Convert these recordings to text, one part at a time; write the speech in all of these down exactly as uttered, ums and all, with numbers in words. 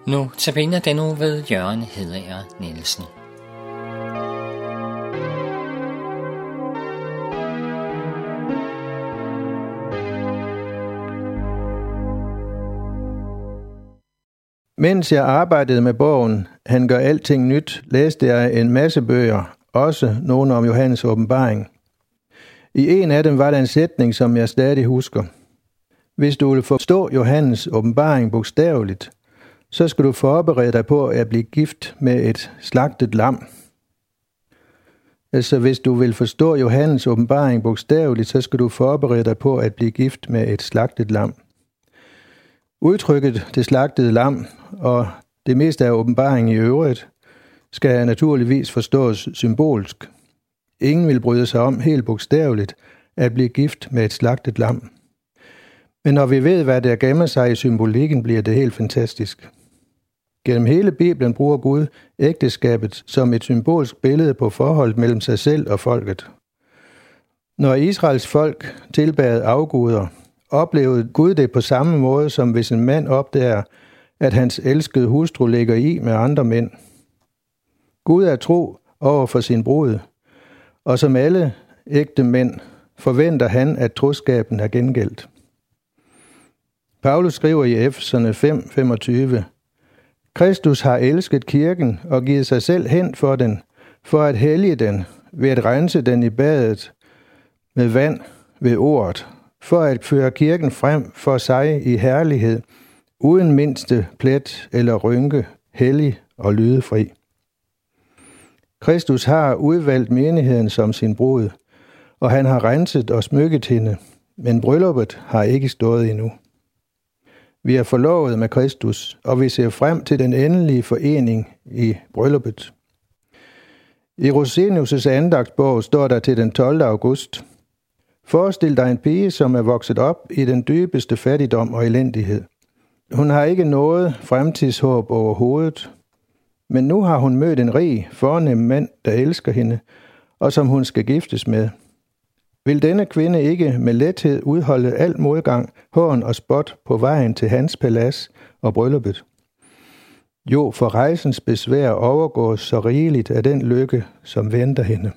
Nu tabiner den nu ved Jørgen Hedager Nielsen. Mens jeg arbejdede med bogen Han gør alting nyt, læste jeg en masse bøger, også nogle om Johannes åbenbaring. I en af dem var der en sætning, som jeg stadig husker. Hvis du vil forstå Johannes åbenbaring bogstaveligt, så skal du forberede dig på at blive gift med et slagtet lam. Altså hvis du vil forstå Johannes åbenbaring bogstaveligt, så skal du forberede dig på at blive gift med et slagtet lam. Udtrykket det slagtede lam og det meste af åbenbaringen i øvrigt skal naturligvis forstås symbolsk. Ingen vil bryde sig om helt bogstaveligt at blive gift med et slagtet lam. Men når vi ved, hvad der gemmer sig i symbolikken, bliver det helt fantastisk. Gennem hele Bibelen bruger Gud ægteskabet som et symbolsk billede på forholdet mellem sig selv og folket. Når Israels folk tilbad afguder, oplevede Gud det på samme måde, som hvis en mand opdager, at hans elskede hustru ligger i med andre mænd. Gud er tro over for sin brud, og som alle ægte mænd forventer han, at troskaben er gengældt. Paulus skriver i Efeserne fem femogtyve: Kristus har elsket kirken og givet sig selv hen for den, for at hellige den, ved at rense den i badet med vand ved ordet, for at føre kirken frem for sig i herlighed, uden mindste plet eller rynke, hellig og lydefri. Kristus har udvalgt menigheden som sin brud, og han har renset og smykket hende, men brylluppet har ikke stået endnu. Vi er forlovet med Kristus, og vi ser frem til den endelige forening i brylluppet. I Rosenius' andagtsbog står der til den tolvte august: Forestil dig en pige, som er vokset op i den dybeste fattigdom og elendighed. Hun har ikke noget fremtidshåb overhovedet, men nu har hun mødt en rig, fornem mand, der elsker hende, og som hun skal giftes med. Vil denne kvinde ikke med lethed udholde al modgang, hån og spot på vejen til hans palads og brylluppet? Jo, for rejsens besvær overgås så rigeligt af den lykke, som venter hende.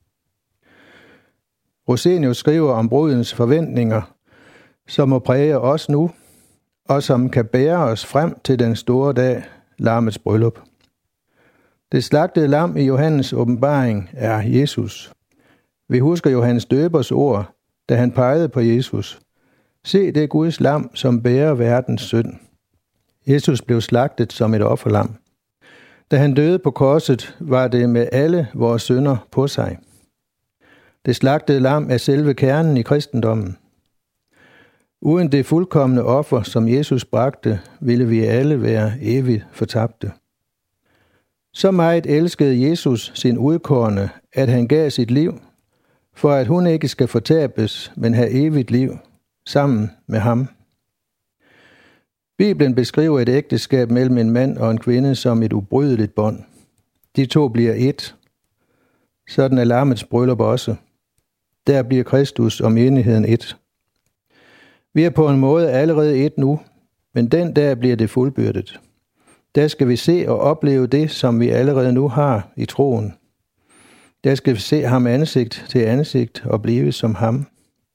Rosenius skriver om brudens forventninger, som må præge os nu, og som kan bære os frem til den store dag, lammets bryllup. Det slagtede lam i Johannes åbenbaring er Jesus. Vi husker Johannes Døbers ord, da han pegede på Jesus. Se, det er Guds lam, som bærer verdens synd. Jesus blev slagtet som et offerlam. Da han døde på korset, var det med alle vores synder på sig. Det slagtede lam er selve kernen i kristendommen. Uden det fuldkomne offer, som Jesus bragte, ville vi alle være evigt fortabte. Så meget elskede Jesus sin udkårne, at han gav sit liv, for at hun ikke skal fortabes, men have evigt liv sammen med ham. Bibelen beskriver et ægteskab mellem en mand og en kvinde som et ubrydeligt bånd. De to bliver ét. Sådan er lammets bryllup også. Der bliver Kristus og menigheden ét. Vi er på en måde allerede ét nu, men den dag bliver det fuldbyrdet. Der skal vi se og opleve det, som vi allerede nu har i troen. Der skal vi se ham ansigt til ansigt og blive som ham.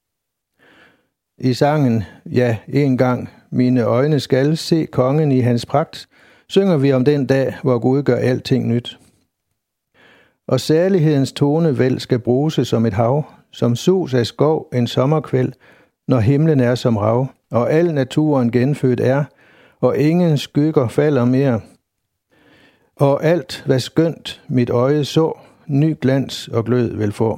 I sangen, ja, en gang, mine øjne skal se kongen i hans pragt, synger vi om den dag, hvor Gud gør alting nyt. Og særlighedens tonevæld skal bruse som et hav, som sus af skov en sommerkvæld, når himlen er som rav, og al naturen genfødt er, og ingen skygger falder mere. Og alt, hvad skønt mit øje så, ny glans og glød vil få.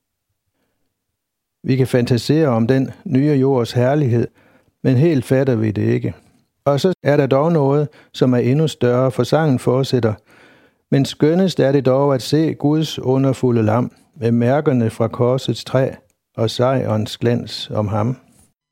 Vi kan fantasere om den nye jords herlighed, men helt fatter vi det ikke. Og så er der dog noget, som er endnu større, for sangen fortsætter. Men skønnest er det dog at se Guds underfulde lam, med mærkerne fra korsets træ og sejrens glans om ham.